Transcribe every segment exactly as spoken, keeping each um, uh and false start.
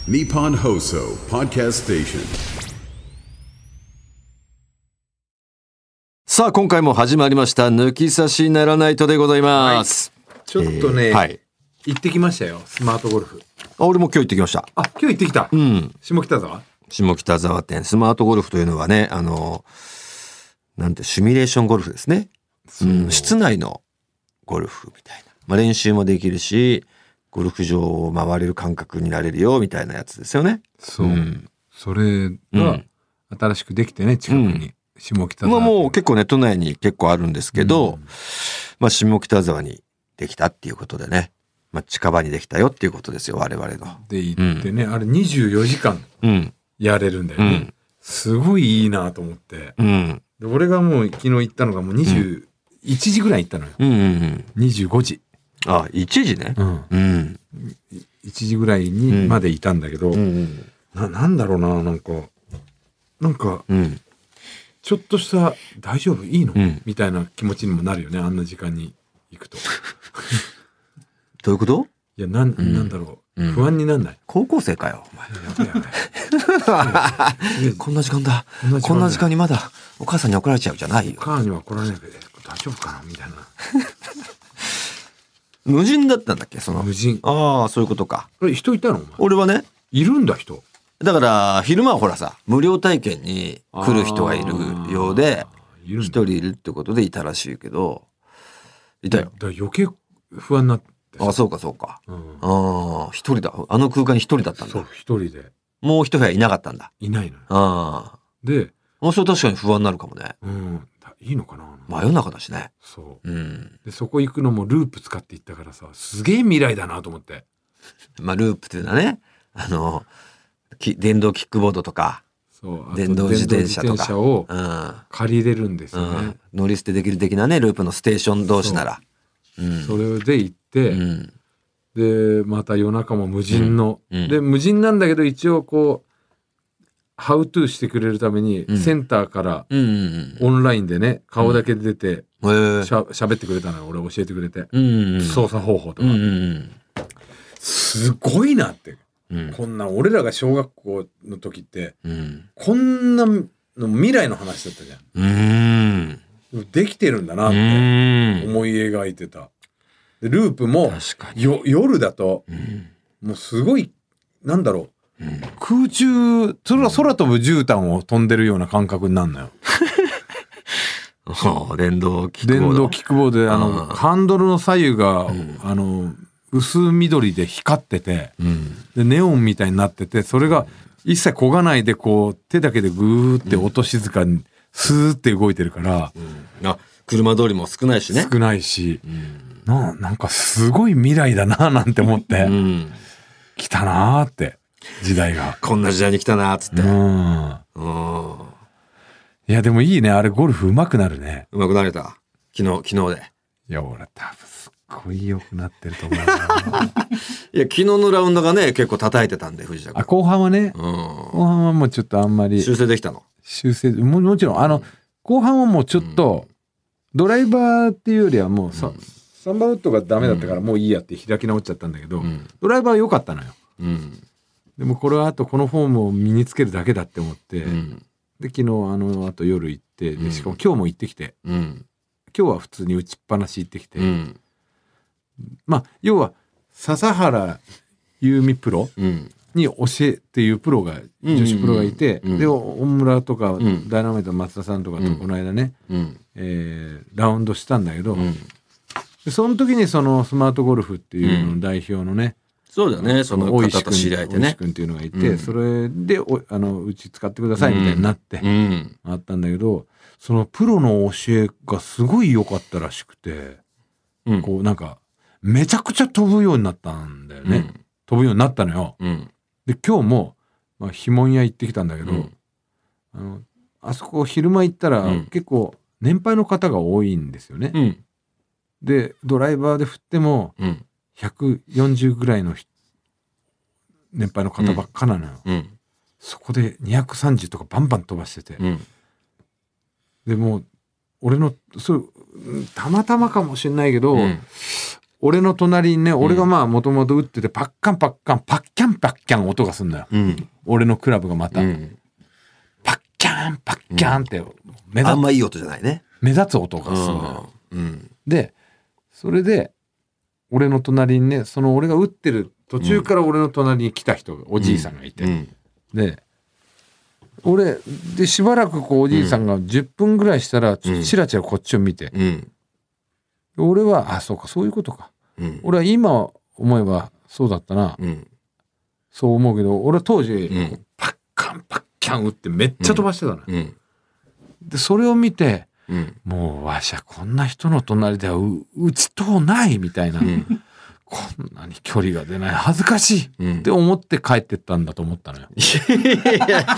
Nippon Hoso Podcast Station。 さあ今回も始まりました抜き差しならないとでございます、 はい、ちょっとね、 えーはい、 行ってきましたよ、スマートゴルフ。 あ、俺も今日行ってきました。 あ、今日行ってきた。 うん。 下北沢下北沢店スマートゴルフというのはね、あのなんてシミュレーションゴルフですね、うん、室内のゴルフみたいな、まあ、練習もできるしゴルフ場を回れる感覚になれるよみたいなやつですよね。 そう、うん、それが新しくできてね、近くに、うん、下北沢、 まあ、もう結構ね都内に結構あるんですけど、うん、まあ、下北沢にできたっていうことでね、まあ、近場にできたよっていうことですよ我々の。 で行ってね、うん、あれにじゅうよじかんやれるんだよね、うん、すごいいいなと思って、うん、で俺がもう昨日行ったのがもうにじゅういちじぐらい行ったのよ、うんうんうん、にじゅうごじ、 あ、いちじね、うんうん、 いちじぐらいにまでいたんだけど、うんうん、な, なんだろうななんかなんか、うん、ちょっとした大丈夫いいの、うん、みたいな気持ちにもなるよね、あんな時間に行くとどういうこと？ いや、なん、うん、なんだろう、うん、不安になんない？ 高校生かよお前。やばいやばいこんな時間だ、こんな時間だ、こんな時間にまだお母さんに怒られちゃうじゃないよ。 お母さんには怒られないけど大丈夫かなみたいな無人だったんだっけ、その。 無人。 ああ、そういうことか。 人いたの？ 俺はね。 いるんだ人。 だから昼間はほらさ、無料体験に来る人がいるようで一人いるってことでいたらしいけど、いたよ。 だ余計不安になって。 ああ、そうかそうか、うん、ああ、一人だ。あの空間に一人だったんだ。 そう、一人で。 もう一部屋いなかったんだ。 いないのよ。 ああ。 で、 もうそれ確かに不安になるかもね。 うん、いいのかな。 真夜中だしね。 そう、うん、でそこ行くのもループ使って行ったからさ、すげえ未来だなと思って。 まあループっていうのはね、あの電動キックボードとか、そう電動自転車とか、 電動自転車を借りれるんですよね、うん、 乗り捨てできる的なね、ループのステーション同士なら。 そ,、うん、それで行って、うん、でまた夜中も無人の、うんうん、で無人なんだけど一応こうハウトゥーしてくれるために、うん、センターからオンラインでね、顔だけ出て、うん、しゃ喋ってくれたのよ。俺教えてくれて、うんうん、操作方法とか、うんうん、すごいなって、うん、こんな俺らが小学校の時って、うん、こんなの未来の話だったじゃん、うん、できてるんだなって思い描いてた。でループもよ夜だと、うん、もうすごいなんだろう、うん、空中空空飛ぶ絨毯を飛んでるような感覚になるのよ電動キックボード、 電動キックボードであのハンドルの左右が、うん、あの薄緑で光ってて、うん、でネオンみたいになってて、それが一切焦がないでこう手だけでグーって音静かにスーって動いてるから、 うん、あ、車通りも少ないしね。 少ないし、うん、な, なんかすごい未来だななんて思って、うん、来たなーって時代がこんな時代に来たなーっつって、うん、 うん、いやでもいいね、あれゴルフ上手くなるね。 上手くなれた昨日昨日で。 いや俺多分すっごい良くなってると思うないや昨日のラウンドがね結構叩いてたんで藤田君。 あ、後半はね、うん、後半はもうちょっとあんまり修正できたの。 修正 も, もちろんあの、うん、後半はもうちょっと、うん、ドライバーっていうよりはもうさ、うん、サンバウッドがダメだったからもういいやって開き直っちゃったんだけど、うん、ドライバーは良かったのよ、うん、でもこれはあとこのフォームを身につけるだけだって思って、うん、で昨日あのあと夜行ってでしかも今日も行ってきて、うん、今日は普通に打ちっぱなし行ってきて、うん、まあ要は笹原優美プロに教えっていうプロが、うん、女子プロがいて、うん、で大村とか、うん、ダイナマイトの松田さんとかとこの間ね、うん、えー、ラウンドしたんだけど、うん、でその時にそのスマートゴルフっていうの代表のね、うん、そうだね、その方と知り合いでね、大石君っていうのがいて、うん、それでおあのうち使ってくださいみたいになって、うん、あったんだけど、そのプロの教えがすごい良かったらしくて、うん、こうなんかめちゃくちゃ飛ぶようになったんだよね、うん、飛ぶようになったのよ、うん、で今日も、まあ、ひもん屋行ってきたんだけど、うん、あのあそこ昼間行ったら、うん、結構年配の方が多いんですよね、うん、でドライバーで振っても、うん、ひゃくよんじゅうぐらいの年配の方ばっかなのよ、うんうん、そこでにひゃくさんじゅうとかバンバン飛ばしてて、うん、でも俺のそうたまたまかもしれないけど、うん、 俺の隣にね、俺がまあもともと打っててパッカンパッカンパッキャンパッキャン音がすんのよ、うん、俺のクラブがまた、うん、パッキャンパッキャンって目立つ、 あんまいい音じゃないね、 目立つ音がすんのよ、うん、でそれで俺の隣にね、その俺が打ってる途中から俺の隣に来た人、うん、おじいさんがいて、うん、で俺でしばらくこうおじいさんがじゅっぷんぐらいしたらチラチラこっちを見て、うん、俺はあそうかそういうことか、うん、俺は今思えばそうだったな、うん、そう思うけど俺は当時、うん、パッカンパッキャン打ってめっちゃ飛ばしてたの、うん、でそれを見て、うん、もうわしゃこんな人の隣では 打, 打ちとうないみたいな、うん、こんなに距離が出ない恥ずかしいって思って帰ってったんだと思ったのよ、うん、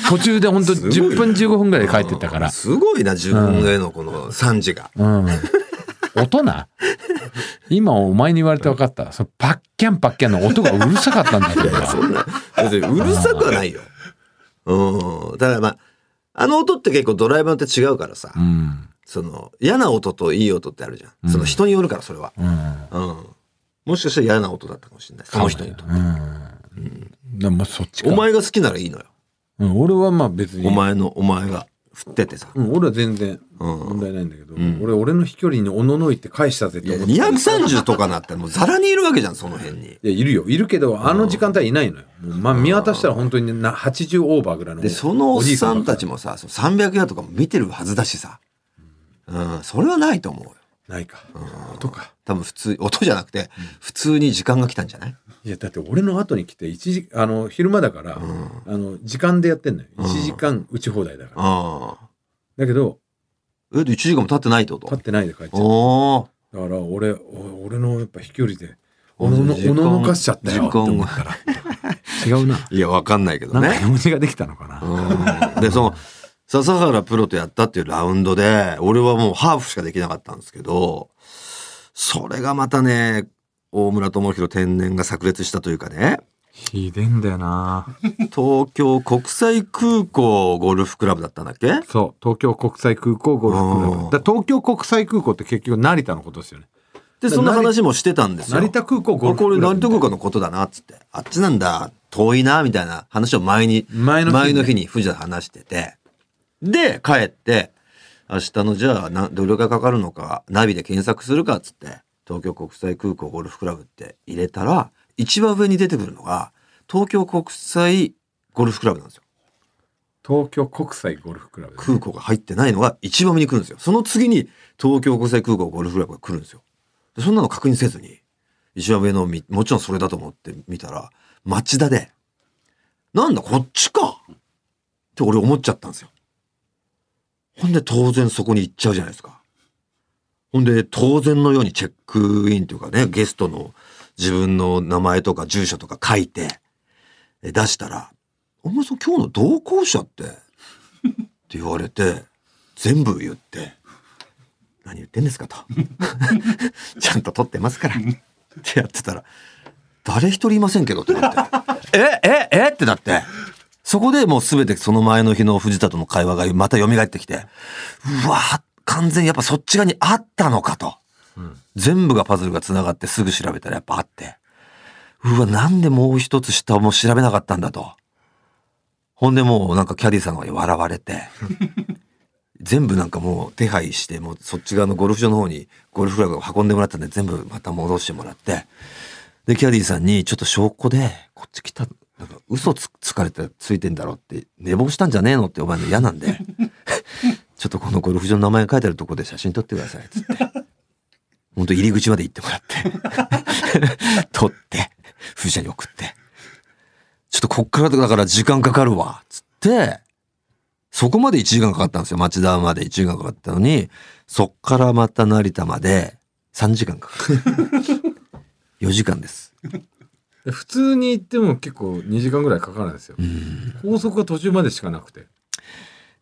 途中でほんとじゅっぷんじゅうごふんぐらいで帰ってったからすごいな自分へのこのさんじが、うんうん、 音な今お前に言われて分かった、そのパッキャンパッキャンの音がうるさかったんだけどそんなうるさくはないよ、うん、だからまああの音って結構ドライバーって違うからさ、うん、その嫌な音といい音ってあるじゃん、うん、その人によるからそれは、うんうん、もしかしたら嫌な音だったかもしれないその人にとって、うんうん、でもそっちかお前が好きならいいのよ、 うん、俺はまあ別にお前のお前が振っててさ、 うん、俺は全然問題ないんだけど、うん、俺俺の飛距離におののいて返したぜって思って、 にひゃくさんじゅうとかなったらもうザラにいるわけじゃんその辺に。 いやいるよいるけどあの時間帯いないのよ、うん、まあ見渡したら本当になはちじゅうオーバーぐらいのでそのおっさんたちもささんびゃくヤードとかも見てるはずだしさ、うん、それはないと思うよ。 ないか、うん、音か多分普通音じゃなくて、うん、普通に時間が来たんじゃない？ いやだって俺の後に来て一時あの昼間だから、うん、あの時間でやってんのよ、うん、いちじかん打ち放題だから、うん、だけどえいちじかんも経ってないってこと？ 経ってないで帰っちゃっただから俺俺のやっぱ飛距離でおののおののかしちゃったよって思ったら違うな。 いやわかんないけどね。 なんか絵文字ができたのかな。 うんでその笹原プロとやったっていうラウンドで俺はもうハーフしかできなかったんですけど、それがまたね大村智弘天然が炸裂したというかね、 ひでんだよな。 東京国際空港ゴルフクラブだったんだっけ？ そう東京国際空港ゴルフクラブだ。東京国際空港って結局成田のことですよね。 でそんな話もしてたんですよ。 成田空港ゴルフクラブ、 これ成田空港のことだなっつって、あっちなんだ遠いなみたいな話を前に前の 日,、ね、前の日に藤田話してて、で帰って明日のじゃあなどれがかかるのかナビで検索するかっつって東京国際空港ゴルフクラブって入れたら一番上に出てくるのが東京国際ゴルフクラブなんですよ。 東京国際ゴルフクラブ、ね、 空港が入ってないのが一番上に来るんですよ。その次に東京国際空港ゴルフクラブが来るんですよ。でそんなの確認せずに一番上のもちろんそれだと思って見たら町田でなんだこっちかって俺思っちゃったんですよ。ほんで当然そこに行っちゃうじゃないですか。ほんで当然のようにチェックインというかねゲストの自分の名前とか住所とか書いて出したらお前さん今日の同行者ってって言われて全部言って何言ってんですかとちゃんと撮ってますからってやってたら誰一人いませんけどってなってえええってなってそこでもう全てその前の日の藤田との会話がまた蘇ってきてうわ完全にやっぱそっち側にあったのかと、うん、全部がパズルがつながってすぐ調べたらやっぱあってうわなんでもう一つ下も調べなかったんだと。ほんでもうなんかキャディーさんが笑われて全部なんかもう手配してもうそっち側のゴルフ場の方にゴルフクラブを運んでもらったんで全部また戻してもらってでキャディーさんにちょっと証拠でこっち来たなんか嘘つつかれてついてんだろって寝坊したんじゃねえのってお前の嫌なんでちょっとこのゴルフ場の名前書いてあるとこで写真撮ってくださいっつって本当入り口まで行ってもらって撮って藤田に送ってちょっとこっからだから時間かかるわっつってそこまでいちじかんかかったんですよ。町田までいちじかんかかったのにそっからまた成田までさんじかんかかるよじかんです。 普通に行っても結構にじかんぐらいかかるんですよ。高速が途中までしかなくて。 い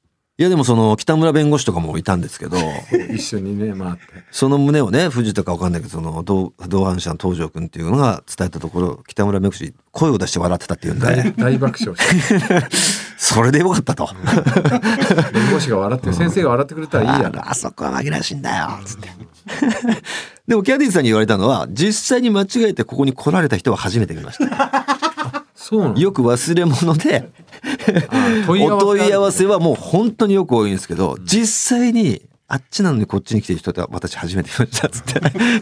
いやでもその北村弁護士とかもいたんですけど一緒にね回ってその旨をね藤田か分かんないけどその同同伴者の東條君っていうのが伝えたところ北村弁護士声を出して笑ってたっていうんで大, 大爆笑してそれでよかったと弁護士が笑って先生が笑ってくれたらいいやな、 あ, あそこは紛らわしいんだよつってでもキャディーさんに言われたのは実際に間違えてここに来られた人は初めて見ましたそうなのよく忘れ物で問い合わせお問い合わせはもう本当によく多いんですけど、うん、実際にあっちなのにこっちに来てる人って私初めて見ましたっつって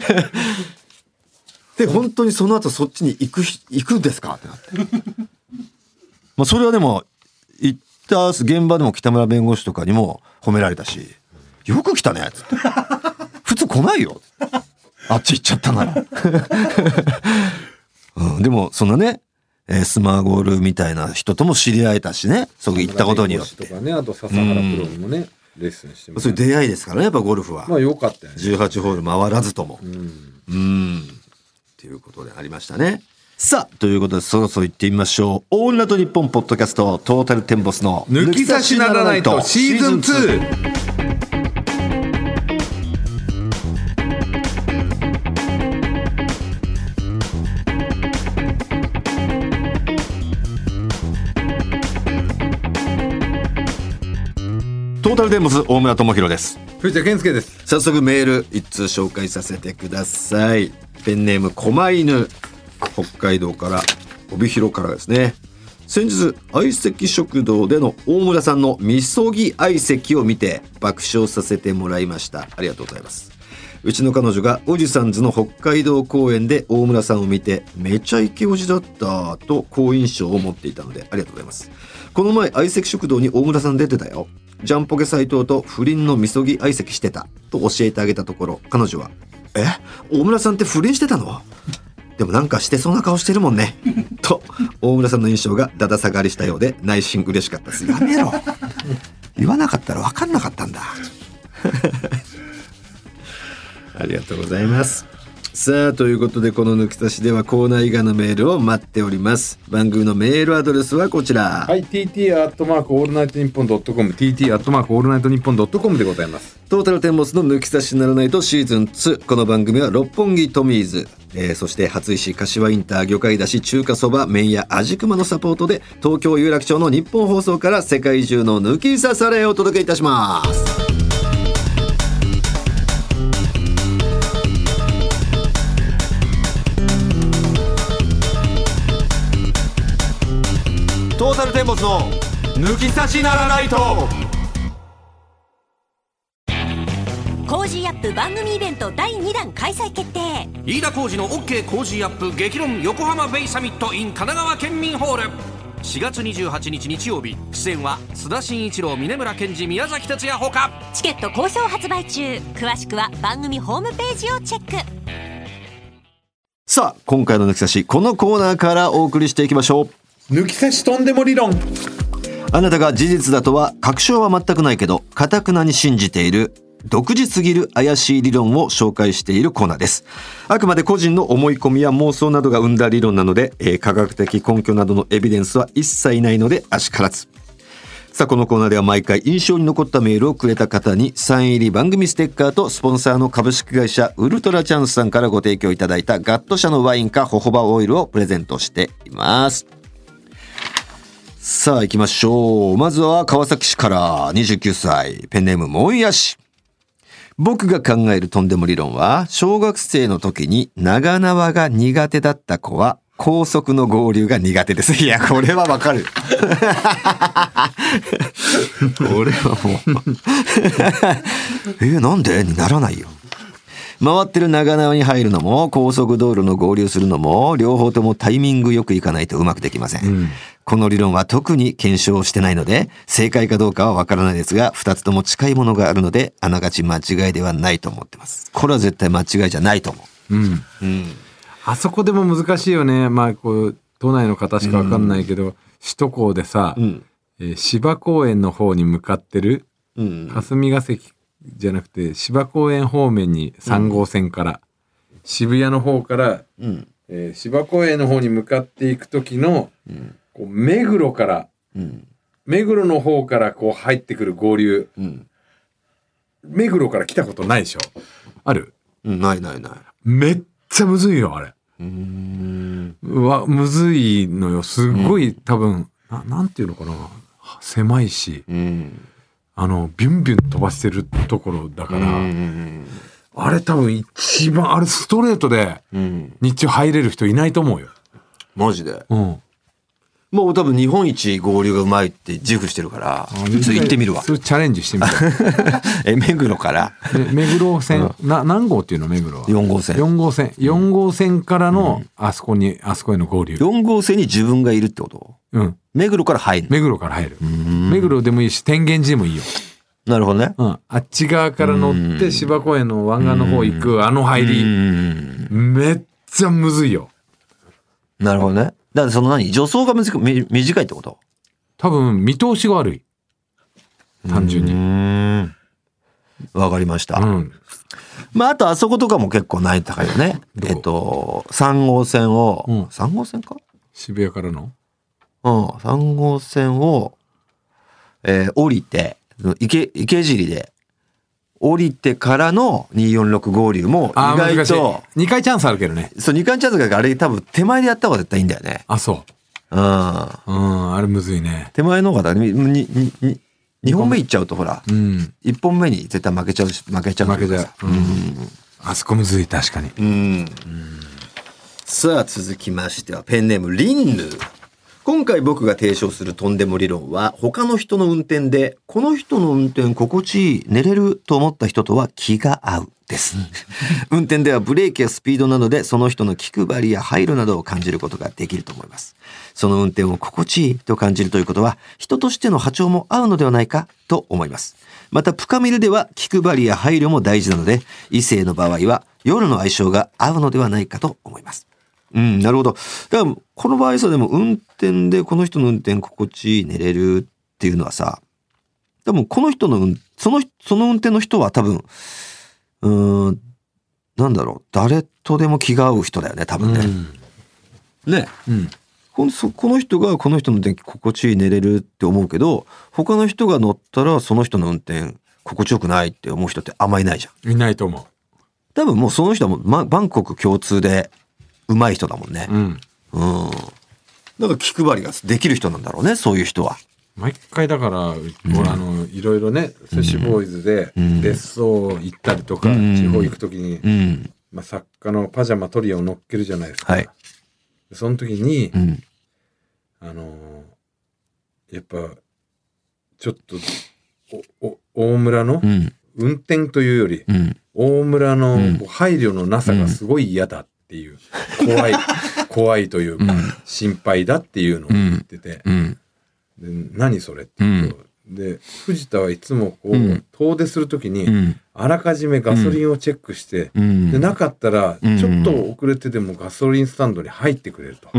で本当にその後そっちに行く行くんですかってなってまあそれはでも行った現場でも北村弁護士とかにも褒められたしよく来たねっつって普通来ないよあっち行っちゃったなら、うん、でもそんなねスマーゴールみたいな人とも知り合えたしねそこ行ったことによってとかねあと笹原プロにもね、うん、レッスンしても、ね、 そういう出会いですからねやっぱゴルフはまあよかったよねじゅうはちホール回らずともうんうんっていうことでありましたね。さあということでそろそろ行ってみましょう。オールナイトニッポンポッドキャストトータルテンボスの抜き差しならないとシーズンツー。 トータルテンボス大村智広です。 藤田健介です。 早速メール一通紹介させてください。ペンネーム狛犬北海道から帯広からですね。先日相席食堂での大村さんのみそぎ相席を見て爆笑させてもらいました。ありがとうございます。うちの彼女がおじさんずの北海道公演で大村さんを見てめちゃイケおじだったと好印象を持っていたのでありがとうございます。この前相席食堂に大村さん出てたよ。ジャンポケ斉藤と不倫のみそぎ相席してたと教えてあげたところ彼女はえ大村さんって不倫してたのでもなんかしてそうな顔してるもんねと大村さんの印象がだだ下がりしたようで内心嬉しかったです。やめろ言わなかったら分かんなかったんだありがとうございます。さあということでこの抜き差しではコーナー以外のメールを待っております。番組のメールアドレスはこちらはい ティーティー アットマークオールナイトニッポンドットコム ティーティー アットマークオールナイトニッポンドットコムでございます。 トータルテンボスの抜き差しならないとシーズンツー。この番組は六本木トミーズ、えー、そして初石柏インター魚介だし中華そば麺屋味熊のサポートで東京有楽町の日本放送から世界中の抜き差されをお届けいたします。トータルテンボスの抜き差しならないと。 コージーアップ番組イベントだいにだん開催決定。 飯田浩司の OK コージーアップ激論横浜ベイサミット in 神奈川県民ホールしがつにじゅうはちにち日曜日。出演は須田慎一郎、峯村健二、宮崎哲也ほか。 チケット好評発売中。詳しくは番組ホームページをチェック。 さあ今回の抜き差しこのコーナーからお送りしていきましょう。 抜き差しとんでも理論。 あなたが事実だとは確証は全くないけど堅くなに信じている独自すぎる怪しい理論を紹介しているコーナーです。あくまで個人の思い込みや妄想などが生んだ理論なので、えー、科学的根拠などのエビデンスは一切ないのであしからず。さあこのコーナーでは毎回印象に残ったメールをくれた方にサイン入り番組ステッカーとスポンサーの株式会社ウルトラチャンスさんからご提供いただいたガット社のワインかホホバオイルをプレゼントしています。さあ行きましょう。まずは川崎市からにじゅうきゅうさいペンネームもんやし。僕が考えるとんでも理論は小学生の時に長縄が苦手だった子は高速の合流が苦手です。いやこれはわかるこれはもうえなんでにならないよ。回ってる長縄に入るのも高速道路の合流するのも両方ともタイミングよくいかないとうまくできません、うん、この理論は特に検証してないので正解かどうかはわからないですがふたつとも近いものがあるのであながち間違いではないと思ってます。これは絶対間違いじゃないと思う、うんうん、 あそこでも難しいよね。まあこう都内の方しかわかんないけど、うん、首都高でさ、うんえー、芝公園の方に向かってる、うん、霞ヶ関じゃなくて芝公園方面にさん号線から、うん、渋谷の方から、うんえー、芝公園の方に向かっていく時の、うん、こう目黒から、うん、 目黒の方からこう入ってくる合流、うん、目黒から来たことないでしょ？ある？ ないないない。 めっちゃむずいよあれ。うーん、うわむずいのよ。すごい、うん、多分 な, なんていうのかな、狭いし、うん、あのビュンビュン飛ばしてるところだから、うん、あれ多分一番あれストレートで日中入れる人いないと思うよ。 マジで？ うん。 もう多分日本一合流がうまいって自負してるから、ちょっと行ってみるわ。 それチャレンジしてみて。 え、目黒から目黒線、うん、な何号っていうの目黒は？ よん号線。 よん号線。よん号線からのあそこに、あそこへの合流。 よん号線に自分がいるってこと？うん。目黒から入る。 目黒から入る。目黒でもいいし、天元寺でもいいよ。 なるほどね。 うん。あっち側から乗って芝公園の湾岸の方行くあの入り。めっちゃむずいよ。 なるほどね。だからその何助走が短い短いってこと？ 多分見通しが悪い。単純に。 わかりました。うん、まああとあそことかも結構難易度高いよね。えっとさん号線を、うん、さん号線か？ 渋谷からの？ うん、さん号線を、えー、降りて池池尻で降りてからのにーよんろく合流も意外とにかいチャンスあるけどね。 そうにかいチャンスがあるけど、あれ多分手前でやった方が絶対いいんだよね。 あ、そう。 うん。うん、 あれむずいね。 手前の方がににににほんめいっちゃうとほら、うん、いっぽんめに絶対負けちゃうし負けちゃう。 負けちゃう。うん。あそこむずい確かに。うん。うん、 さあ続きましてはペンネームリンヌ。今回僕が提唱するとんでも理論は、他の人の運転でこの人の運転心地いい、寝れると思った人とは気が合うです。運転ではブレーキやスピードなどでその人の気配りや配慮などを感じることができると思います。その運転を心地いいと感じるということは、人としての波長も合うのではないかと思います。またプカミルでは気配りや配慮も大事なので、異性の場合は夜の相性が合うのではないかと思います。うん、なるほど。だからこの場合さ、でも運転でこの人の運転心地いい、寝れるっていうのはさ、多分この人のそのその運転の人は多分うーんなんだろう、誰とでも気が合う人だよね多分ね。うん、ね、うん、このこの人がこの人の運転心地いい、寝れるって思うけど、他の人が乗ったらその人の運転心地よくないって思う人ってあんまいないじゃん。 いないと思う。 多分もうその人はもう、ま、万国共通で上手い人だもんね。うん。うん。だから気配りができる人なんだろうね、そういう人は。 毎回だから、うん、あのいろいろね、寿司ボーイズで別荘行ったりとか、うん、地方行くときに、うん、まあ、作家のパジャマトリアを乗っけるじゃないですか。はい、その時に、うん、あのやっぱちょっとおお大村の、うん、運転というより、うん、大村の配慮のなさがすごい嫌だっていう、うん、怖い怖いというか、うん、心配だっていうのを言ってて、うんうん、で何それって言うと、うん、で藤田はいつもこう、うん、遠出するときに、うん、あらかじめガソリンをチェックして、うん、でなかったら、うん、ちょっと遅れてでもガソリンスタンドに入ってくれると、うん、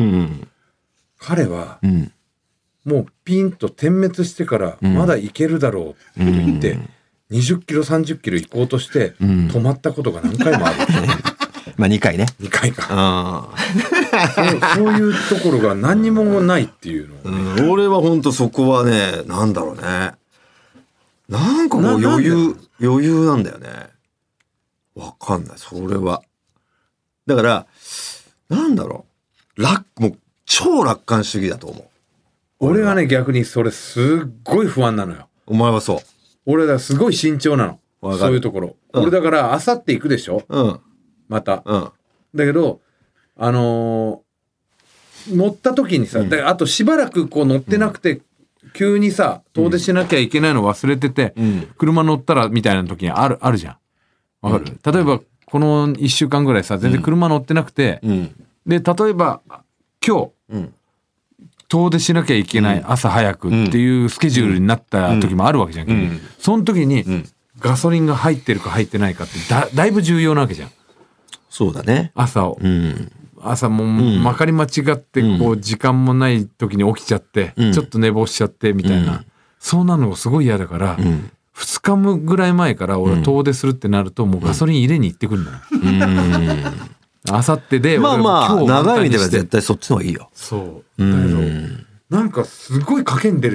彼は、うん、もうピンと点滅してから、うん、まだ行けるだろうって言って、うん、にじゅっキロさんじゅっキロ行こうとして、うん、止まったことが何回もある。 まあにかいね。 にかいか。あそう、そういうところが何にもないっていうの、 ね、うん、俺は本当そこはね、なんだろうね。なんかこう余裕、余裕なんだよね。わかんない、それは。だから、なんだろう。楽、もう超楽観主義だと思う。 俺はね、逆にそれすっごい不安なのよ。 お前はそう。 俺だすごい慎重なの。そういうところ。うん、俺だから、あさって行くでしょ、うん、また、うん、だけどあのー、乗った時にさ、うん、だあとしばらくこう乗ってなくて、うん、急にさ遠出しなきゃいけないの忘れてて、うん、車乗ったらみたいな時にあるあるじゃん。わかる、うん、例えばこのいっしゅうかんぐらいさ全然車乗ってなくて、うん、で例えば今日、うん、遠出しなきゃいけない、朝早くっていうスケジュールになった時もあるわけじゃん、うんうん、その時に、うん、ガソリンが入ってるか入ってないかって だ, だいぶ重要なわけじゃん。 そうだね。 朝を、うん、朝もまかり間違ってこう時間もない時に起きちゃって、うん、ちょっと寝坊しちゃってみたいな、うん、そんなのがすごい嫌だから、うん、ふつかぐらい前から俺は遠出するってなるともうガソリン入れに行ってくるんだよ。あさってでまあまあ長い意味では絶対そっちの方がいいよ。 そうだけど、うん、なんかすごい賭けに出るじゃん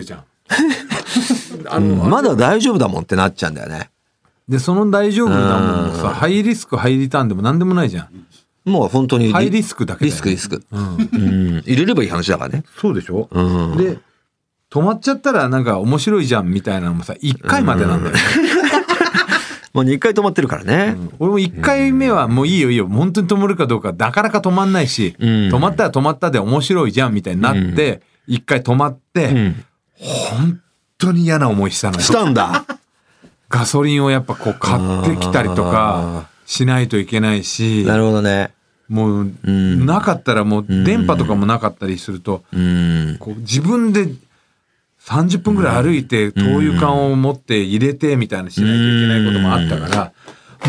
あの、 うんまだ大丈夫だもんってなっちゃうんだよね。 でその大丈夫なもんもさ、ハイリスクハイリターンでも何でもないじゃん。 もう本当にハイリスクだけだよねリスクリスク、うんうん、入れればいい話だからね。 そうでしょ、 うん、 で止まっちゃったらなんか面白いじゃんみたいなのもさいっかいまでなんだよね、 もうにかい止まってるからね、 うん、俺もいっかいめはもういいよいいよ本当に止まるかどうかなかなか止まんないし、うん、止まったら止まったで面白いじゃんみたいになっていっかい止まって、うん、本当に嫌な思いしたのよ。 したんだ。 ガソリンをやっぱこう買ってきたりとかしないといけないし。 なるほどね。 もう、うん、なかったらもう電波とかもなかったりすると、うん、こう自分でさんじゅっぷんぐらい歩いて灯油缶を持って入れてみたいなしないといけないこともあったから、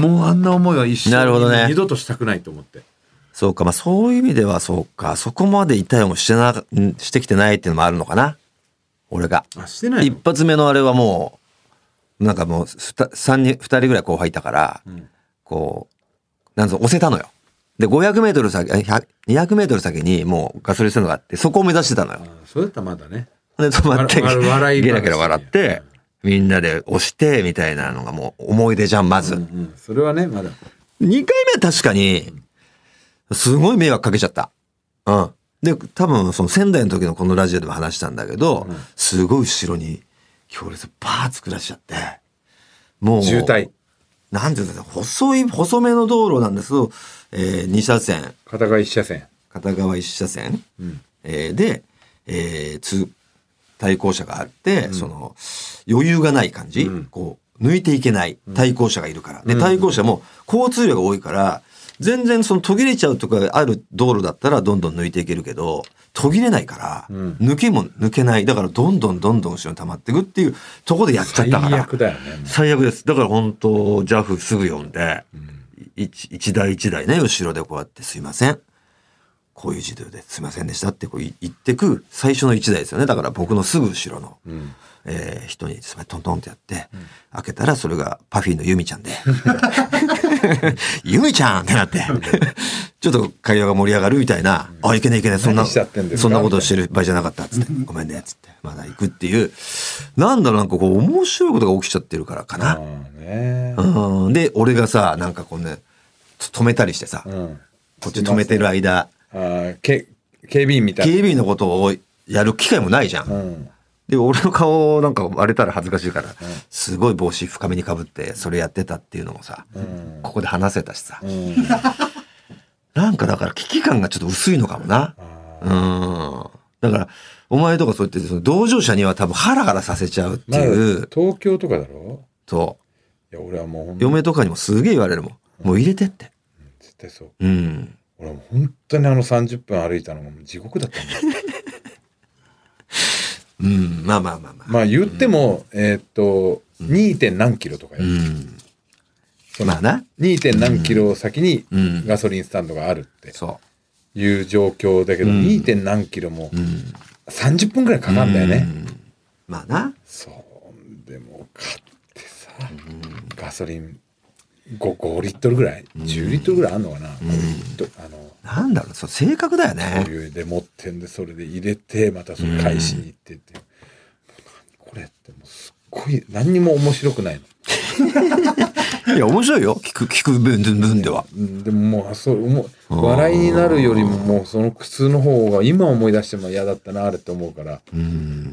もうあんな思いは一生に二度としたくないと思って。 そうか、まあそういう意味ではそうか、そこまで痛い思いしてなしてきてないっていうのもあるのかな。俺が。 あ、してないの？ 一発目のあれはもうなんかもう三人二人ぐらい後輩いたから、うん、こうなんぞ押せたのよ。でごひゃくメートル先、にひゃくメートル先にもうガソリンスタンドがあって、そこを目指してたのよ。 そうだったらまだね。 で止まってゲラゲラ笑ってみんなで押してみたいなのがもう思い出じゃんまず。うんうん、 それはねまだ。 にかいめは確かにすごい迷惑かけちゃった。うん。で多分その仙台の時のこのラジオでも話したんだけど、うん、すごい後ろに強烈バーッ作らしちゃって、もう渋滞。 なんていうんだろう、細い細めの道路なんですけど、えー、に車線。 片側いち車線。 片側いち車線。うん、えー、で、えー、通対向車があって、うん、その余裕がない感じ、うん、こう抜いていけない対向車がいるから、うん、で対向車も交通量が多いから、全然その途切れちゃうとかある道路だったらどんどん抜いていけるけど、途切れないから、うん、抜けも抜けない。だからどんどんどんどん後ろに溜まっていくっていうところでやっちゃったから。 最悪だよね。 最悪です。だから本当ジャフすぐ呼んで、うん、一, 一台一台ね、後ろでこうやってすいません。こういう自動ですいませんでしたってこう言ってく最初の一台ですよね。だから僕のすぐ後ろの、うんえー、人にトントンってやって、うん、開けたらそれがパフィーのユミちゃんでユミちゃんってなってちょっと会話が盛り上がるみたいな、うん、あいけないいけないそんなそんなことをしてる場合じゃなかったっつってごめんねっつってまだ行くっていう、なんだろう、なんかこう面白いことが起きちゃってるからかな、ね、うんで俺がさなんかこうね止めたりしてさ、うん、こっち止めてる間あけ警備員みたいな警備員のことをやる機会もないじゃん、うん、で俺の顔なんか割れたら恥ずかしいから、うん、すごい帽子深めにかぶってそれやってたっていうのもさ、うん、ここで話せたしさ、うん、なんかだから危機感がちょっと薄いのかもな。うんだからお前とかそうやってその同乗者には多分ハラハラさせちゃうっていう、 まあ、東京とかだろ。 そういや俺はもう嫁とかにもすげえ言われるもん、うん、もう入れてって、 うん、絶対そう。 うん俺は本当にあのさんじゅっぷん歩いたのが地獄だったんだうん、まあまあまあまあ。 まあ言っても、うん、えー、っと、うん、に. 点何キロとかやる、うん、 まあな。 に. 点何キロ先にガソリンスタンドがあるっていう状況だけど、うん、に. 点何キロもさんじゅっぷんぐらいかかるんだよね、うん、 まあな。 そうでも買ってさ、うん、ガソリン 5, 5リットルぐらい、うん、じゅうリットルぐらいあんのかな、うん、あのなんだろう、そう性格だよね。 そういうで持ってんでそれで入れてまたそれ返しに行ってって、うん、これってもうすっごい何にも面白くないの。いや面白いよ、聞く聞く分分では。 でももうそうもう笑いになるよりももうその苦痛の方が今思い出しても嫌だったなあれって思うから、うん、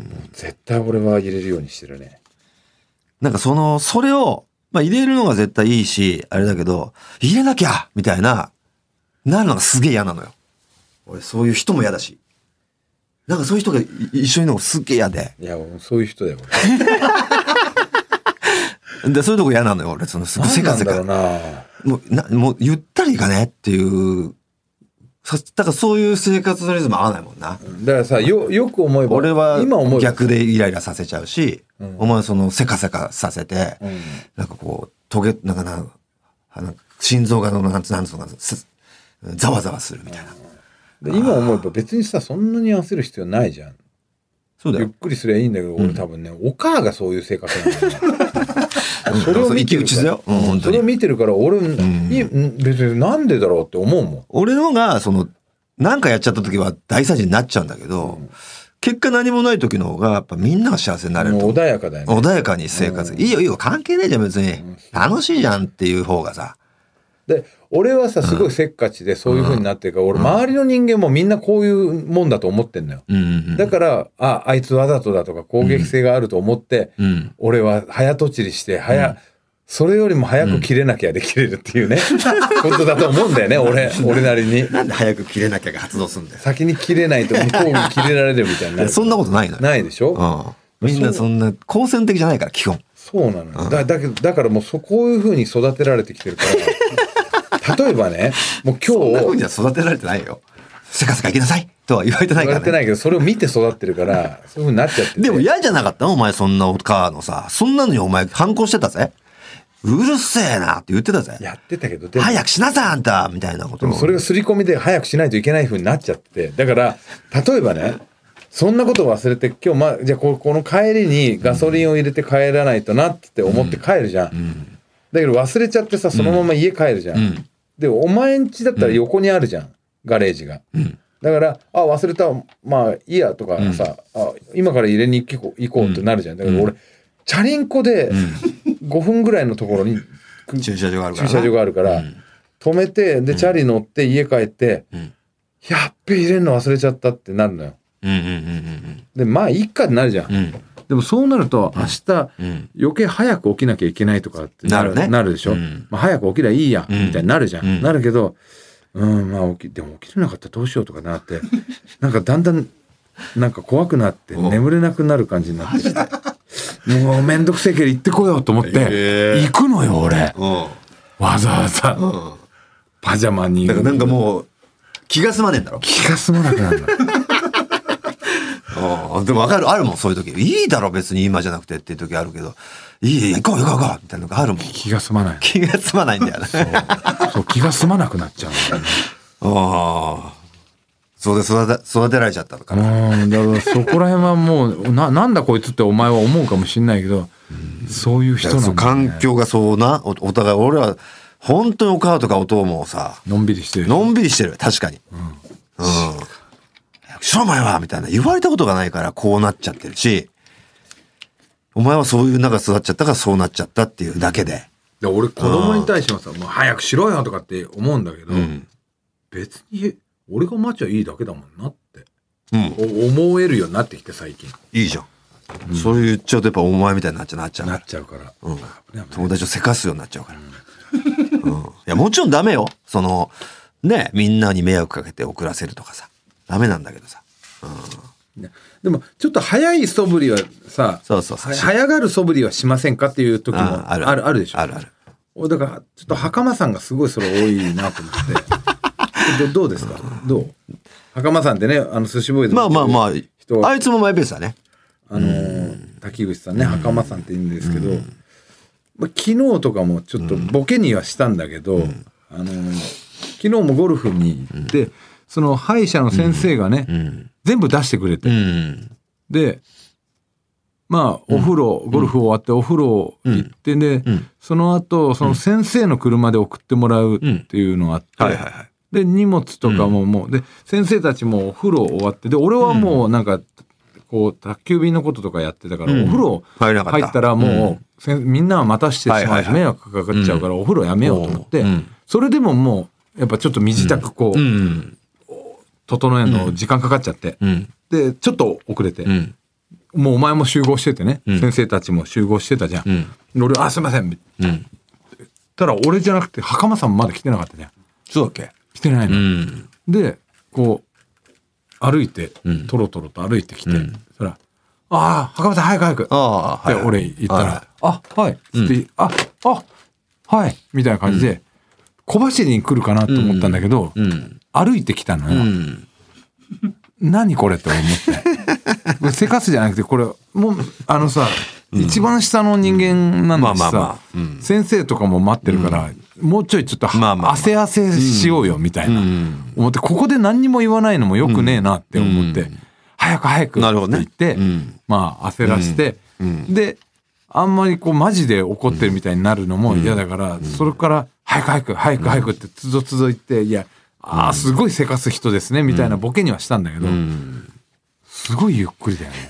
絶対俺は入れるようにしてるね。 なんかそのそれをまあ入れるのが絶対いいしあれだけど入れなきゃみたいななるのがすげえ嫌なのよ。俺そういう人も嫌だし、なんかそういう人が一緒にいるのがすげえ嫌で。 いやそういう人だよ俺。でそういうとこ嫌なのよ俺。そのすごいせかせか。もうなもうゆったりかねっていう。だからそういう生活のリズム合わないもんな。 だからさよよく思えば俺は逆でイライラさせちゃうし、うん、お前そのせかせかさせて、うん、なんかこうトゲなんかななんか心臓がなんつなんつうのざわざわするみたいな。 で今思えば別にさそんなに焦る必要ないじゃん。 そうだよ。 ゆっくりすりゃいいんだけど、うん、俺多分ねお母がそういう性格なんだよね。それを見てるから、うん、それを見てるから俺、うん、別になんでだろうって思うもん。 俺のがそのなんかやっちゃった時は大惨事になっちゃうんだけど、うん、 結果何もない時の方がやっぱみんなが幸せになれるともう穏やかだよね。 穏やかに生活、いいよいいよ関係ないじゃん別に、楽しいじゃんっていう方がさ。 で俺はさすごいせっかちでそういう風になってるから、俺周りの人間もみんなこういうもんだと思ってんのよ、 うんうん、 だからああいつわざとだとか攻撃性があると思って、うん、俺は早とちりして早、うん、それよりも早く切れなきゃできれるっていうね、うん、ことだと思うんだよね俺俺なりに。 なんで早く切れなきゃが発動するんだよ。 先に切れないと向こうに切れられるみたいになる。 そんなことないのよ。 ないでしょ、 うん、みんなそんな好戦的じゃないから基本。 そうなのよ、うん、だ, だけどだからもうそこういう風に育てられてきてるから例えばねもう今日そんな風には育てられてないよ。せかせか行きなさいとは言われてないから、ね、言われてないけどそれを見て育ってるからそういう風になっちゃってて。 でも嫌じゃなかったのお前そんなお母のさ、そんなのにお前反抗してたぜ。うるせえなって言ってたぜ。 やってたけどでも早くしなさいあんたみたいなこと。 でもそれが刷り込みで早くしないといけない風になっちゃってて、だから例えばねそんなことを忘れて今日、ま、じゃあこの帰りにガソリンを入れて帰らないとなって思って帰るじゃん、うん、だけど忘れちゃってさそのまま家帰るじゃん、うん、でお前ん家だったら横にあるじゃん、うん、ガレージが、うん、だからあ忘れたまあいいやとかさ、うん、あ今から入れに行こう、行こうってなるじゃん。だから俺、うん、チャリンコでごふんぐらいのところに、 うん、駐車場があるから、 駐車場があるから、うん、止めてでチャリ乗って家帰って、うん、やっべ入れんの忘れちゃったってなるのよ。うんうんうんうん、でまあいいかってなるじゃん、うん、でもそうなると明日、うん、余計早く起きなきゃいけないとかってなる、なるね、なるでしょ、うんまあ、早く起きりゃいいや、うん、みたいになるじゃん、うん、なるけどうんまあ起きでも起きれなかったらどうしようとかなってなんかだんだんなんか怖くなって眠れなくなる感じになってきてもうめんどくせえけど行ってこようと思って行くのよ俺、わざわざパジャマに。 だからなんかもう気が済まねえんだろ。 気が済まなくなるんだあでも分かるあるもんそういう時。いいだろ別に今じゃなくてっていう時あるけど、いい行こう行こう行こうみたいなのがあるもん。 気が済まない。 気が済まないんだよね。 そうそう気が済まなくなっちゃうんだよね。 ああそうで育て育てられちゃったのかな。 うんだからそこら辺はもう な, なんだこいつってお前は思うかもしれないけど、うん、そういう人なんだ、ね、 環境がそうな お, お互い俺は本当にお母とかお父もさのんびりしてるのんびりしてる確かに。うん、うんしろお前はみたいな言われたことがないからこうなっちゃってるし、お前はそういう中育っちゃったからそうなっちゃったっていうだけで。 で俺子供に対してもさもう早くしろよとかって思うんだけど、うん、別に俺が待ちゃいいだけだもんなって、うん、思えるようになってきて最近。 いいじゃん、うん、そう言っちゃうとやっぱお前みたいになっちゃうなっちゃうなっちゃうから、うん、 友達をせかすようになっちゃうから、うんうん、いやもちろんダメよそのねみんなに迷惑かけて遅らせるとかさダメなんだけどさ、うん、 でもちょっと早い素振りはさそうそうそう早がる素振りはしませんかっていう時もあるあるあるでしょ。 あるある。 だからちょっと袴さんがすごいそれ多いなと思ってど, どうですか、うん、どう袴さんってねあの寿司ボーイズまあまあまああいつもマイペースだね。 あのー、滝口さんね袴さんって言うんですけど、うんまあ、昨日とかもちょっとボケにはしたんだけど、うん、あのー、昨日もゴルフに行って、うんその歯医者の先生がね、うん、全部出してくれて、うん、でまあお風呂、うん、ゴルフ終わってお風呂行ってね、うん、その後その先生の車で送ってもらうっていうのがあって、うんはいはいはい、で荷物とかももう、うん、で先生たちもお風呂終わってで俺はもうなんかこう宅急便のこととかやってたから、うん、お風呂入ったらもう、うん、みんなは待たしてしまうし迷惑かかっちゃうから、うん、お風呂やめようと思って、うん、それでももうやっぱちょっと身支度こう、うんうん整えるの時間かかっちゃって、うん、でちょっと遅れて、うん、もうお前も集合しててね、うん、先生たちも集合してたじゃん、うん、俺あすいません、うん、たら俺じゃなくて袴さんまだ来てなかったじゃん。 そうだっけ来てないの、うん、でこう歩いて、うん、トロトロと歩いてきて、うん、そらああ袴さん早く早くあで、はい、俺言ったら、はい、あはいっつって、うん、ああはいみたいな感じで、うん、小走りに来るかなと思ったんだけど、うんうん歩いてきたのよ、うん、何これって思ってせかすじゃなくてこれもうあのさ、うん、一番下の人間なんだしさ、まあまあまあうん、先生とかも待ってるから、うん、もうちょいちょっと、まあまあまあ、汗汗しようよみたいな、うん、思ってここで何にも言わないのもよくねえなって思って、うん、早く早くって言って、ねうん、まあ焦らして、うん、であんまりこうマジで怒ってるみたいになるのも嫌だから、うん、それから早く早く早く早くってつどつど言っていやああすごいせかす人ですねみたいなボケにはしたんだけど、うん、 すごいゆっくりだよね。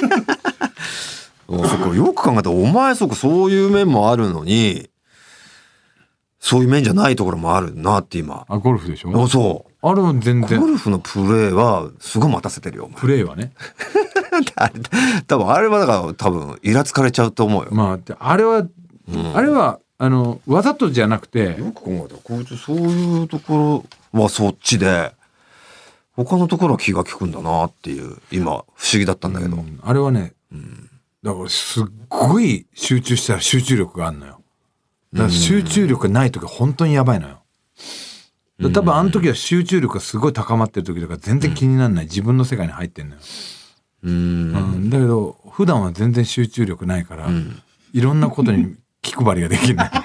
あそこよく考えたらお前そこそういう面もあるのにそういう面じゃないところもあるなって今。 あゴルフでしょ。 あそうあれは全然ゴルフのプレーはすごい待たせてるよお前。 プレーはね。 あれ多分あれはだから多分イラつかれちゃうと思うよ。 まあであれは、 うんあれはあのわざとじゃなくてよく考えたらこいつそういうところはそっちで他のところは気が利くんだなっていう今不思議だったんだけど、 うんあれはね、うん、だからすっごい集中したら集中力があるのよ。だから集中力がない時は本当にやばいのよ。だ多分あの時は集中力がすごい高まってる時とか全然気にならない、自分の世界に入ってんのよ。 うん、 うん、だけど普段は全然集中力ないから、うん、いろんなことに気配りができるのよ。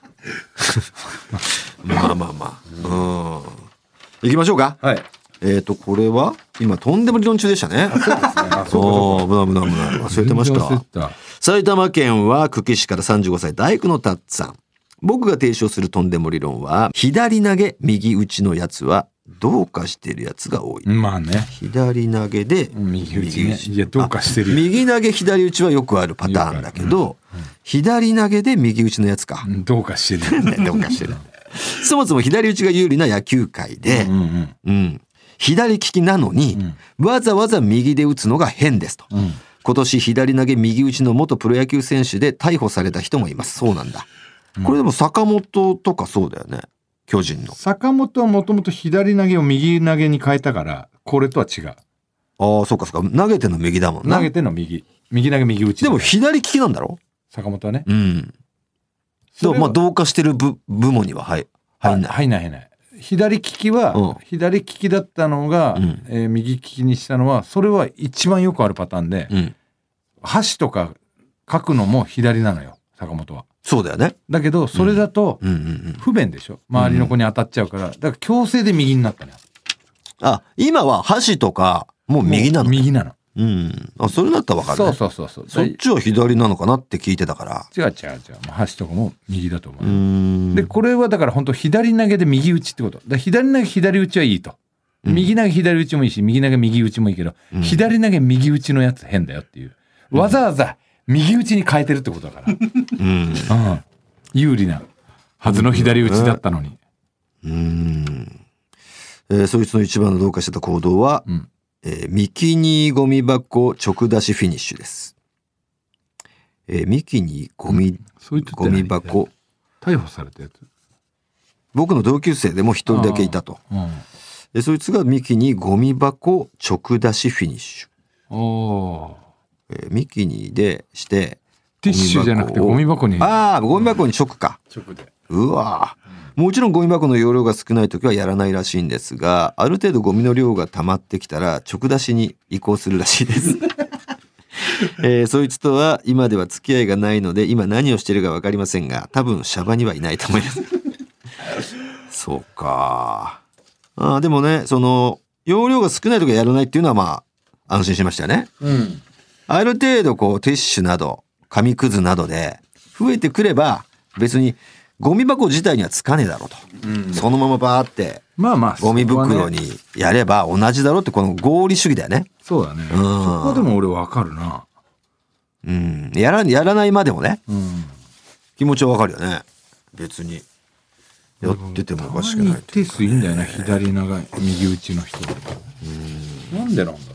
まあまあまあ、うん、行きましょうか。 はい。 えっとこれは今とんでも理論中でしたね。 そうですね。あそう危ない危ない危ない忘れてました。埼玉県は久喜市からさんじゅうごさい大工のたっさん。僕が提唱するとんでも理論は左投げ右打ちのやつはどうかしてるやつが多い。 まあね。 左投げで右打ちね。いやどうかしてる。 右投げ左打ちはよくあるパターンだけど、うんうん、左投げで右打ちのやつか。 どうかしてる。 どうかしてる。そもそも左打ちが有利な野球界で、うんうんうん、左利きなのに、うん、わざわざ右で打つのが変ですと、うん、今年左投げ右打ちの元プロ野球選手で逮捕された人もいます。そうなんだ。これでも坂本とかそうだよね。巨人の坂本はもともと左投げを右投げに変えたからこれとは違う。ああそうかそうか。投げての右だもんな。 投げての右右投げ右打ち。 でも左利きなんだろ坂本はね。 うんでもまあ同化してる 部, 部門には入入んない入んない入んない。左利きは、うん、左利きだったのが、うんえー、右利きにしたのはそれは一番よくあるパターンで、うん、箸とか書くのも左なのよ坂本は。 そうだよね。 だけどそれだと不便でしょ、周りの子に当たっちゃうから、だから強制で右になったのよ。 あ今は箸とかもう右なの。 右なの。 うんあそれだったら分かるね。 そうそうそうそう。 そっちは左なのかなって聞いてたから。 違う違う違う、箸とかも右だと思う。うんでこれはだから本当左投げで右打ちってことだ。左投げ左打ちはいいと、うん、右投げ左打ちもいいし右投げ右打ちもいいけど、うん、左投げ右打ちのやつ変だよっていう、うん、わざわざ右打ちに変えてるってことだから、うんうん、有利なはずの左打ちだったのに、 うん、うんえー、そいつの一番のどうかしてた行動は、うんえー、ミキニーゴミ箱直出しフィニッシュです、えー、ミキニーゴミ、うん、ゴミ箱逮捕されたやつ僕の同級生でも一人だけいたと、うん、でそいつがミキニーゴミ箱直出しフィニッシュ。おーえー、ミキニでしてティッシュじゃなくてゴミ箱に。 ああゴミ箱に直か。 直でうわ、うん、もちろんゴミ箱の容量が少ない時はやらないらしいんですが、ある程度ゴミの量が溜まってきたら直出しに移行するらしいです、えー、そいつとは今では付き合いがないので今何をしてるか分かりませんが多分シャバにはいないと思いますそうかあでもねその容量が少ない時はやらないっていうのはまあ安心しましたね、うんある程度こうティッシュなど紙くずなどで増えてくれば別にゴミ箱自体にはつかねえだろうと、うん、そのままバーってまあまあゴミ袋にやれば同じだろうってこの合理主義だよね。 そうだね、うん、そこでも俺わかるな、 うん、やら、やらないまでもね、うん、気持ちはわかるよね。別にやっててもおかしくない。 ティッシュいいんだよね左長い右打ちの人、うん、なんでなんだろう。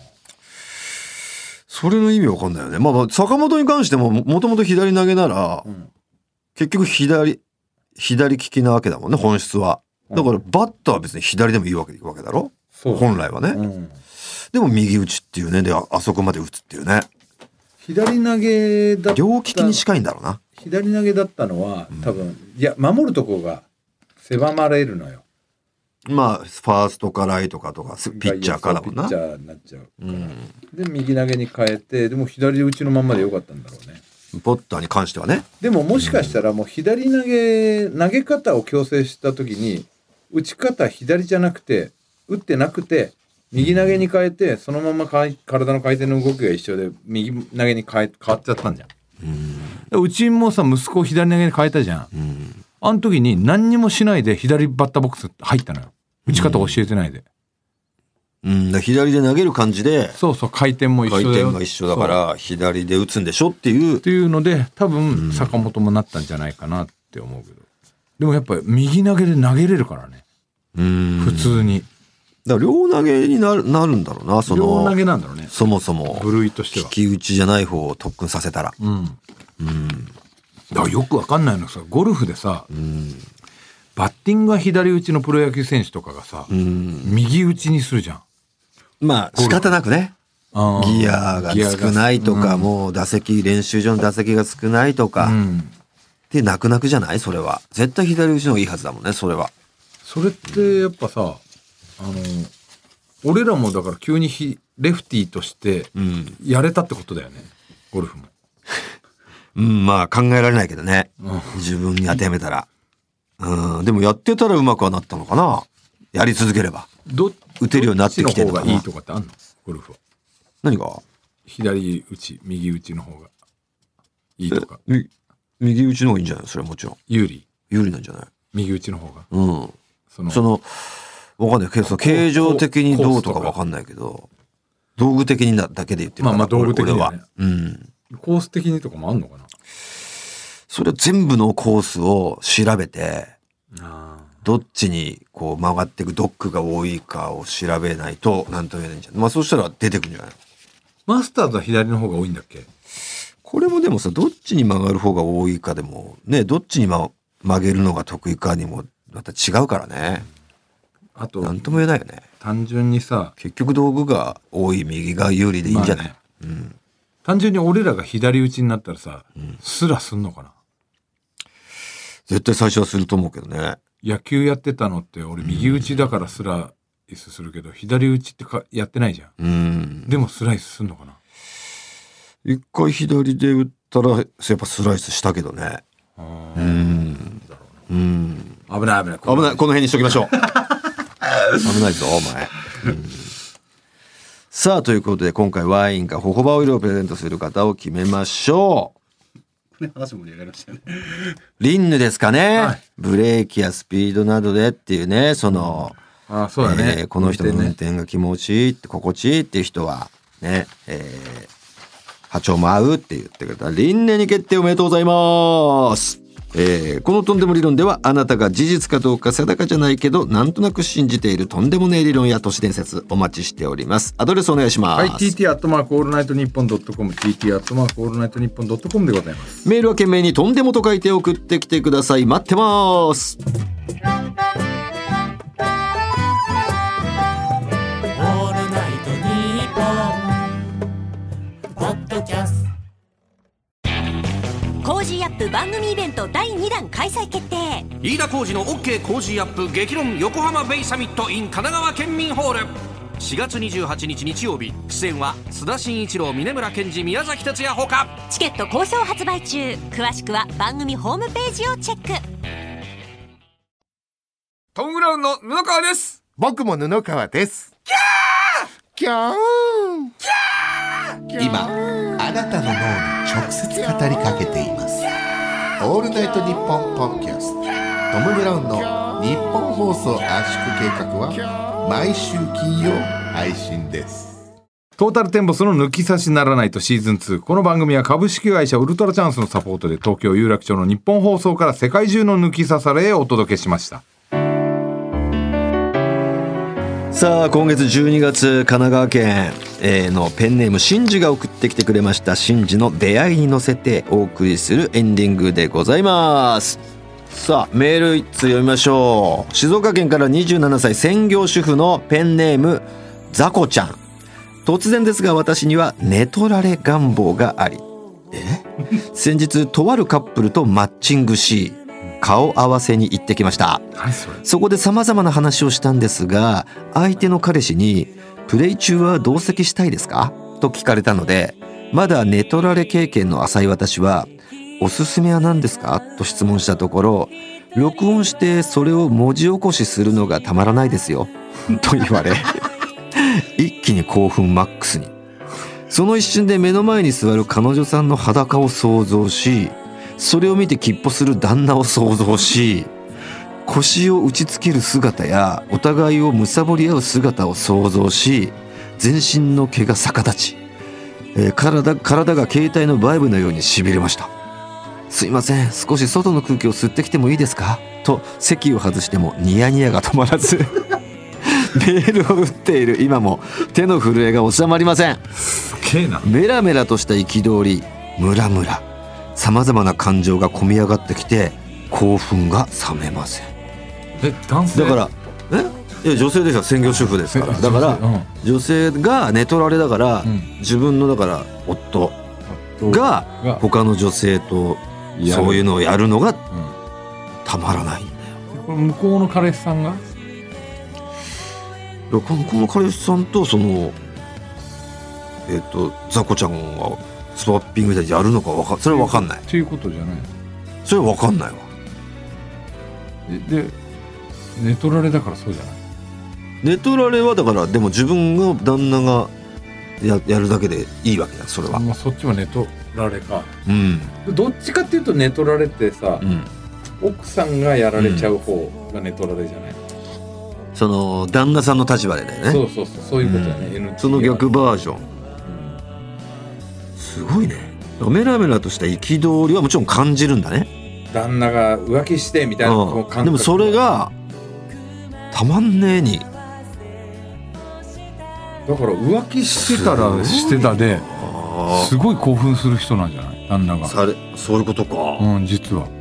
それの意味わかんないよね。まあ、坂本に関してももともと左投げなら、うん、結局左左利きなわけだもんね本質は。だからバッターは別に左でもいいわけわけだろ本来はね、うん、でも右打ちっていうねで あ, あそこまで打つっていうね。 左投げだった両利きに近いんだろうな。 左投げだったのは多分、うん、いや守るとこが狭まれるのよ。 まあファーストかライトかとかピッチャーかだもんな。 ピッチャーになっちゃうから、うん、で右投げに変えてでも左打ちのまんまでよかったんだろうねポッターに関してはね。 でももしかしたらもう左投げ投げ方を矯正した時に打ち方左じゃなくて打ってなくて右投げに変えてそのままかい体の回転の動きが一緒で右投げに変え変わっちゃったんじゃん。うんうちもさ息子を左投げに変えたじゃん。うんあの時に何にもしないで左バッターボックス入ったのよ。打ち方教えてないで。 うん、だ左で投げる感じでそうそう回転も一緒だよ。 回転が一緒だから左で打つんでしょっていうっていうので多分坂本もなったんじゃないかなって思うけど、でもやっぱり右投げで投げれるからね、 うん普通に。 だから両投げになる、なるんだろうな、その両投げなんだろうね、 そもそも部類としては。 利き打ちじゃない方を特訓させたら、 うん、うん、だからよくわかんないのがさ、ゴルフでさ、うん、バッティングが左打ちのプロ野球選手とかがさ、うん、右打ちにするじゃん。まあ仕方なくね、ギアが少ないとか、うん、もう打席練習場の打席が少ないとか、うん、で泣く泣くじゃない、それは絶対左打ちの方がいいはずだもんね。それはそれってやっぱさ、あの俺らもだから急にひレフティーとしてやれたってことだよね、うん、ゴルフもうん、まあ考えられないけどね、うん、自分に当てはめたら、うん、でもやってたらうまくはなったのかな。やり続ければど打てるようになってきてるのかな。 どっちの方がいいとかってあんのゴルフは。 何が左打ち右打ちの方がいいとか。 右打ちの方がいいんじゃない。それはもちろん有利有利なんじゃない。 右打ちの方が。 うんそのそのわかんないけど、形状的にどうとかわかんないけど、道具的にだけで言ってるから。 まあまあ道具的にはね。 うん。 コース的にとかもあんのかな。 それ全部のコースを調べて、どっちにこう曲がっていくドッグが多いかを調べないとなんとも言えないんじゃない。まあそうしたら出てくるんじゃない。 マスターズは左の方が多いんだっけ。 これもでもさ、どっちに曲がる方が多いかでもね、どっちに曲げるのが得意かにもまた違うからね。あとなんとも言えないよね。 単純にさ、 結局道具が多い右が有利でいいんじゃない、まあね、うん、 単純に俺らが左打ちになったらさ、うん、スラすんのかな。 絶対最初はすると思うけどね。 野球やってたのって俺右打ちだからスライスするけど、うん、左打ちってかやってないじゃん、うん、でもスライスすんのかな。 一回左で打ったらやっぱスライスしたけどね。うん、うん、 危ない危ない危ない、この辺にしときましょう危ないぞお前、うん、さあということで今回ワインかホホバオイルをプレゼントする方を決めましょう、ね、話盛り上がりましたねリンヌですかね、はい、ブレーキやスピードなどでっていうね、その、 うん、あそうだね、 えー、この人の運転が気持ちいいって心地いいっていう人はね、えー、波長も合うって言ってくれたリンネに決定おめでとうございます。えー、このとんでも理論ではあなたが事実かどうか定かじゃないけどなんとなく信じているとんでもねえ理論や都市伝説お待ちしております。アドレスお願いします。 はい、ティーティー アットマークオールナイトニッポンドットコム ティーティー アットマークオールナイトニッポンドットコムでございます。 メールは懸命にとんでもと書いて送ってきてください。待ってます。 オールナイトニッポンポッドキャストコージーアップ番組イベントだいにだん開催決定。 飯田浩司の OK コージーアップ激論横浜ベイサミット in 神奈川県民ホールしがつにじゅうはちにち日曜日、出演は須田慎一郎、峯村健二、宮崎哲也ほか。 チケット好評発売中。詳しくは番組ホームページをチェック。 トム・ブラウンの布川です。 僕も布川です。 キャーキャーキャー今あなたの脳に直接語りかけています。オールナイトニッポンポッドキャストトム・ブラウンの日本放送圧縮計画は毎週金曜配信です。 トータルテンボスの抜き差しならないとシーズンツー。この番組は株式会社ウルトラチャンスのサポートで東京有楽町の日本放送から世界中の抜き差されへお届けしました。 さあ今月じゅうにがつ神奈川県のペンネームシンジが送ってきてくれました。シンジの出会いに乗せてお送りするエンディングでございます。さあメールいっつ読みましょう。静岡県からにじゅうななさい専業主婦のペンネームザコちゃん。突然ですが私には寝取られ願望があり、え先日とあるカップルとマッチングし顔合わせに行ってきました。そこで様々な話をしたんですが、相手の彼氏にプレイ中は同席したいですかと聞かれたので、まだ寝取られ経験の浅い私はおすすめは何ですかと質問したところ、録音してそれを文字起こしするのがたまらないですよと言われ一気に興奮マックスに。その一瞬で目の前に座る彼女さんの裸を想像し、それを見てきっぽする旦那を想像し、 腰を打ちつける姿やお互いを貪り合う姿を想像し、全身の毛が逆立ち、えー、体, 体が携帯のバイブのようにしびれました。すいません、少し外の空気を吸ってきてもいいですかと席を外してもニヤニヤが止まらずメールを打っている今も手の震えが収まりません。 すげえな。 メラメラとした憤り、ムラムラ、さまざまな感情が込み上がってきて興奮が冷めません。 え、男性だからえいや女性でしょ、専業主婦ですから。だから女性が寝取られだから、うん、自分のだから夫が他の女性とそういうのをやるのがたまらないんだよ。 これ向こうの彼氏さんが、 このこの彼氏さんとそのえっとザコちゃんがスワッピングでやるのかわか、それは分かんないっていうことじゃない。 それは分かんないわ。 で寝取られだからそうじゃない。 寝取られはだからでも自分が旦那が や, やるだけでいいわけだ、それは。 まあ、そっちは寝取られか、 うん、 どっちかっていうと寝取られってさ、うん、奥さんがやられちゃう方が寝取られじゃない、うん、 その旦那さんの立場でだよね。 そうそうそう、そういうことだね、うん、 その逆バージョン、うん、すごいね。メラメラとした憤りはもちろん感じるんだね、 旦那が浮気してみたいな、うん、感覚。 でもそれがたまんねえに、 だから浮気してたらしてたですごい興奮する人なんじゃない、旦那が。 されそういうことか。 うん、実は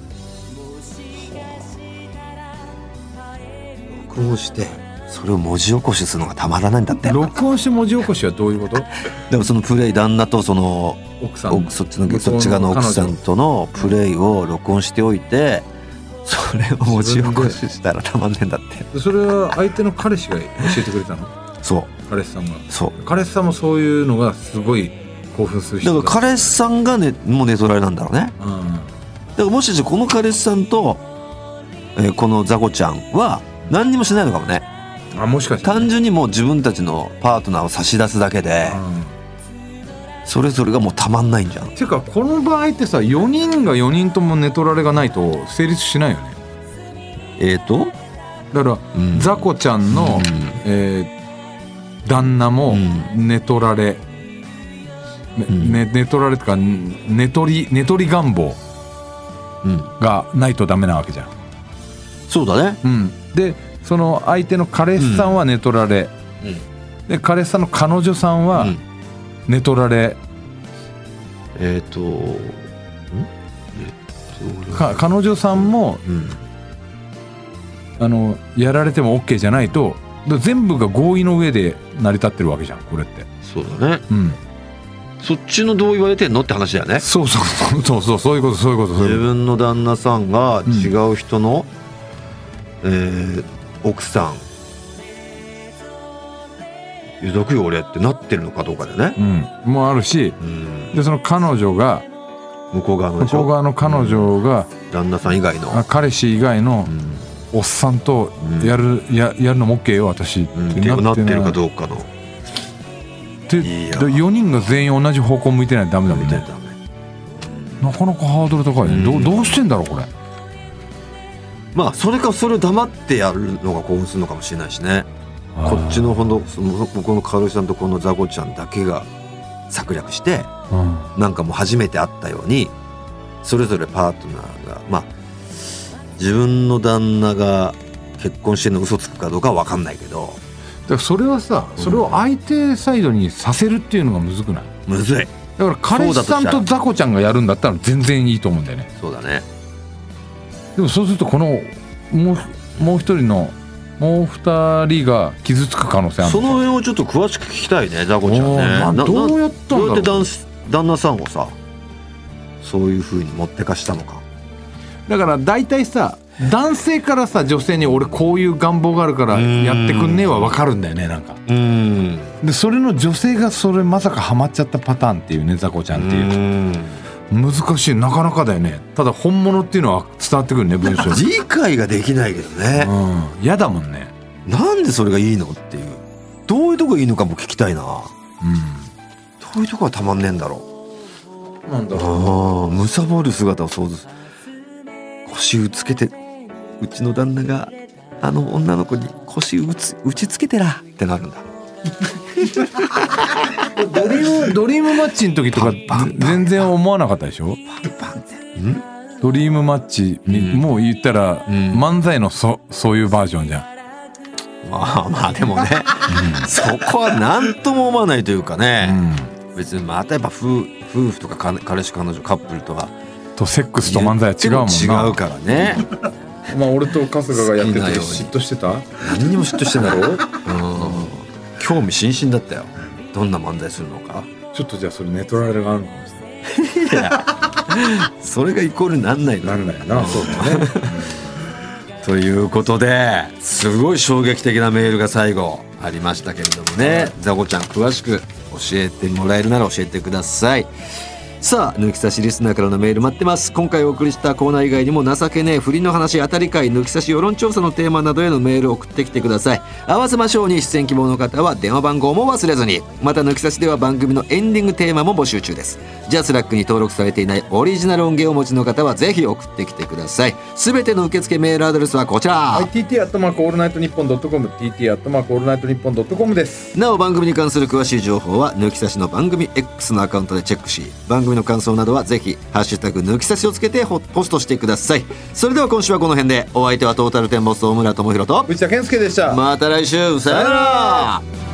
録音してそれを文字起こしするのがたまらないんだって。 録音して文字起こしはどういうこと？ でもそのプレイ、旦那とその奥さん、 そっちのそっち側の奥さんとのプレイを録音しておいて、それを文字起こししたらたまんねえんだって。 それは相手の彼氏が教えてくれたの？ そう、 彼氏さんが。 そう、 彼氏さんもそういうのがすごい興奮する人だ。 だから彼氏さんがね、もう寝取られなんだろうね、うん、だからもしかしてこの彼氏さんと、えー、このザコちゃんは何にもしないのかもね。 あ、もしかして単純にもう自分たちのパートナーを差し出すだけで、うん、それぞれがもうたまんないんじゃん。 ていうかこの場合ってさ、よにんがよにんとも寝取られがないと成立しないよね。 えーとだから、うん、ザコちゃんの、うん、えー、旦那も寝取られ、うん、ね、寝取られとか寝取り寝取り願望がないとダメなわけじゃん。 そうだね、 うん、でその相手の彼氏さんは寝取られ、うん、で彼氏さんの彼女さんは寝取られ、 うん、えっ、ー、とん、えー、か彼女さんも、うん、あのやられても OK じゃないと、全部が合意の上で成り立ってるわけじゃん、これって。 そうだね、うん、そっちの同意は得てんのって話だよね。 そうそうそうそう、そういうこと、そういうこと。 自分の旦那さんが違う人の、うん、えー、奥さんゆだくよ俺ってなってるのかどうかだよね、 うん、もあるし、うん、でその彼女が向こう側のでしょ、 向こう側の彼女が、 うん、旦那さん以外の彼氏以外の、うん、おっさんとやる、うん、や, やるのも OK よ私、うん、 ってなってるかどうかのでよにんが全員同じ方向向いてないとダメだもんね。なかなかハードル高いね、うん、ど, どうしてんだろうこれ。 まあそれかそれを黙ってやるのが興奮するのかもしれないしね。こっちのほんと向こうのカルさんとこのザコちゃんだけが策略して、うん、なんかもう初めて会ったようにそれぞれパートナーが、まあ自分の旦那が結婚してるの嘘つくかどうかは分かんないけど、 だからそれはさ、それを相手サイドにさせるっていうのがむずくない？ むずい。 だから彼氏さんとザコちゃんがやるんだったら全然いいと思うんだよね。 そうだね。 でもそうするとこのもうもう一人のもう二人が傷つく可能性ある。 その辺をちょっと詳しく聞きたいね、ザコちゃんね。 などうやったんだろう。 どうやって 旦, 旦那さんをさそういう風に持ってかしたのか。 だから大体さ、男性からさ女性に俺こういう願望があるからやってくんねえは分かるんだよね、なんか。うんでそれの女性がそれまさかハマっちゃったパターンっていうね、ザコちゃんっていう。うん難しい、なかなかだよね。ただ本物っていうのは伝わってくるね、文章理解ができないけどね。 うん嫌だもんね。 なんでそれがいいのっていう、どういうとこがいいのかも聞きたいな。うんどういうとこがたまんねえんだろう。 なんだろう。 あむさぼる姿を想像する。腰をつけてうちの旦那があの女の子に腰打つ打ちつけてらってなるんだ。 ドリームドリームマッチの時とか全然思わなかったでしょ。ドリームマッチ、うん、もう言ったら、うん、漫才の そ, そういうバージョンじゃん。 まあまあでもね、うん、そこは何とも思わないというかね、うん、別にまたやっぱ 夫, 夫婦とか彼氏彼女カップルとはとセックスと漫才は違うもんな。 違うからね。 まあ俺と春日がやってて嫉妬してた？ 何にも嫉妬してんだろう、うん、興味津々だったよ。どんな漫才するのか。 ちょっとじゃあそれネトラレがあるのかもしれない。いやそれがイコールになんないの。 なんないな、そうだね。 ということですごい衝撃的なメールが最後ありましたけれどもね、ザコちゃん詳しく教えてもらえるなら教えてください。さあ抜き差しリスナーからのメール待ってます。今回お送りしたコーナー以外にも情けねえ不倫の話、当たり会、抜き差し世論調査のテーマなどへのメールを送ってきてください。合わせましょうに出演希望の方は電話番号も忘れずに。また抜き差しでは番組のエンディングテーマも募集中です。ジャスラックに登録されていないオリジナル音源をお持ちの方はぜひ送ってきてください。すべての受付メールアドレスはこちら、 はい、ティーティー アットマークオールナイトニッポンドットコム ティーティー アットマークオールナイトニッポンドットコムです。 なお番組に関する詳しい情報は抜き差しの番組 X のアカウントでチェックし、番組の感想などはぜひハッシュタグ抜き差しをつけてポストしてください。それでは今週はこの辺で。お相手はトータルテンボス大村智広と内田健介でした。 また来週、さよなら。